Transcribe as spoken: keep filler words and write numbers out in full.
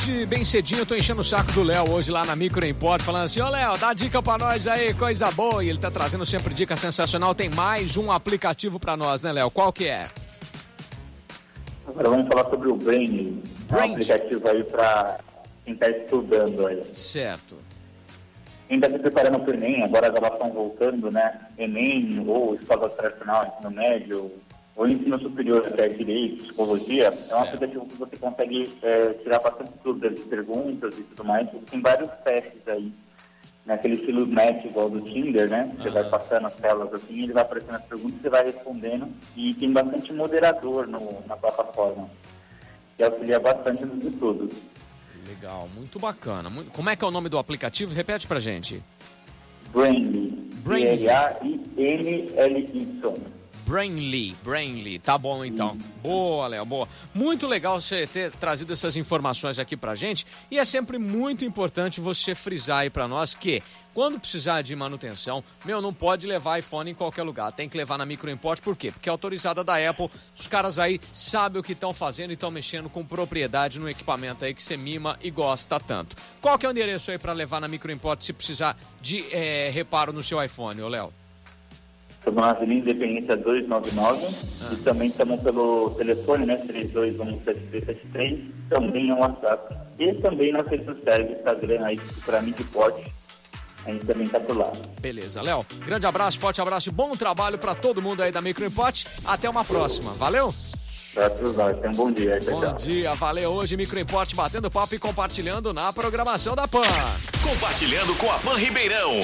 Desde bem cedinho eu tô enchendo o saco do Léo hoje lá na Micro Import, falando assim, ô Léo, dá dica pra nós aí, coisa boa. E ele tá trazendo sempre dica sensacional. Tem mais um aplicativo pra nós, né, Léo? Qual que é? Agora vamos falar sobre o Brainly, um aplicativo aí pra quem tá estudando aí. Certo. Quem está se preparando para o Enem, agora as aulas estão voltando, né? Enem, ou escola tradicional, ensino médio, ou ensino superior, até direito, psicologia, é um aplicativo que você consegue é, tirar bastante dúvidas, perguntas e tudo mais. Tem vários testes aí, naquele estilo match igual do Tinder, né? Você uhum. vai passando as telas assim, ele vai aparecendo as perguntas, você vai respondendo, e tem bastante moderador no, na plataforma, que auxilia bastante nos estudos. Legal, muito bacana. Muito... Como é que é o nome do aplicativo? Repete pra gente. Brainly. Brainly. B R A I N L Y. Brainly, Brainly, tá bom então. Boa, Léo, boa. Muito legal você ter trazido essas informações aqui pra gente, e é sempre muito importante você frisar aí pra nós que quando precisar de manutenção, meu, não pode levar iPhone em qualquer lugar, tem que levar na Micro Import. Por quê? Porque é autorizada da Apple, os caras aí sabem o que estão fazendo e estão mexendo com propriedade no equipamento aí que você mima e gosta tanto. Qual que é o endereço aí pra levar na Micro Import se precisar de é, reparo no seu iPhone, ô Léo? Estamos na Avenida Independência duzentos e noventa e nove ah. e também estamos pelo telefone, né, três dois um sete três sete três, também é um WhatsApp. E também nas redes sociais, Instagram, aí, para mim que pode, a gente também está por lá. Beleza, Léo, grande abraço, forte abraço e bom trabalho para todo mundo aí da Micro Import. Até uma próxima, valeu? Para todos nós, tenham um bom dia. Bom tchau. dia, valeu. Hoje Micro Import batendo papo e compartilhando na programação da Pan. Compartilhando com a Pan Ribeirão.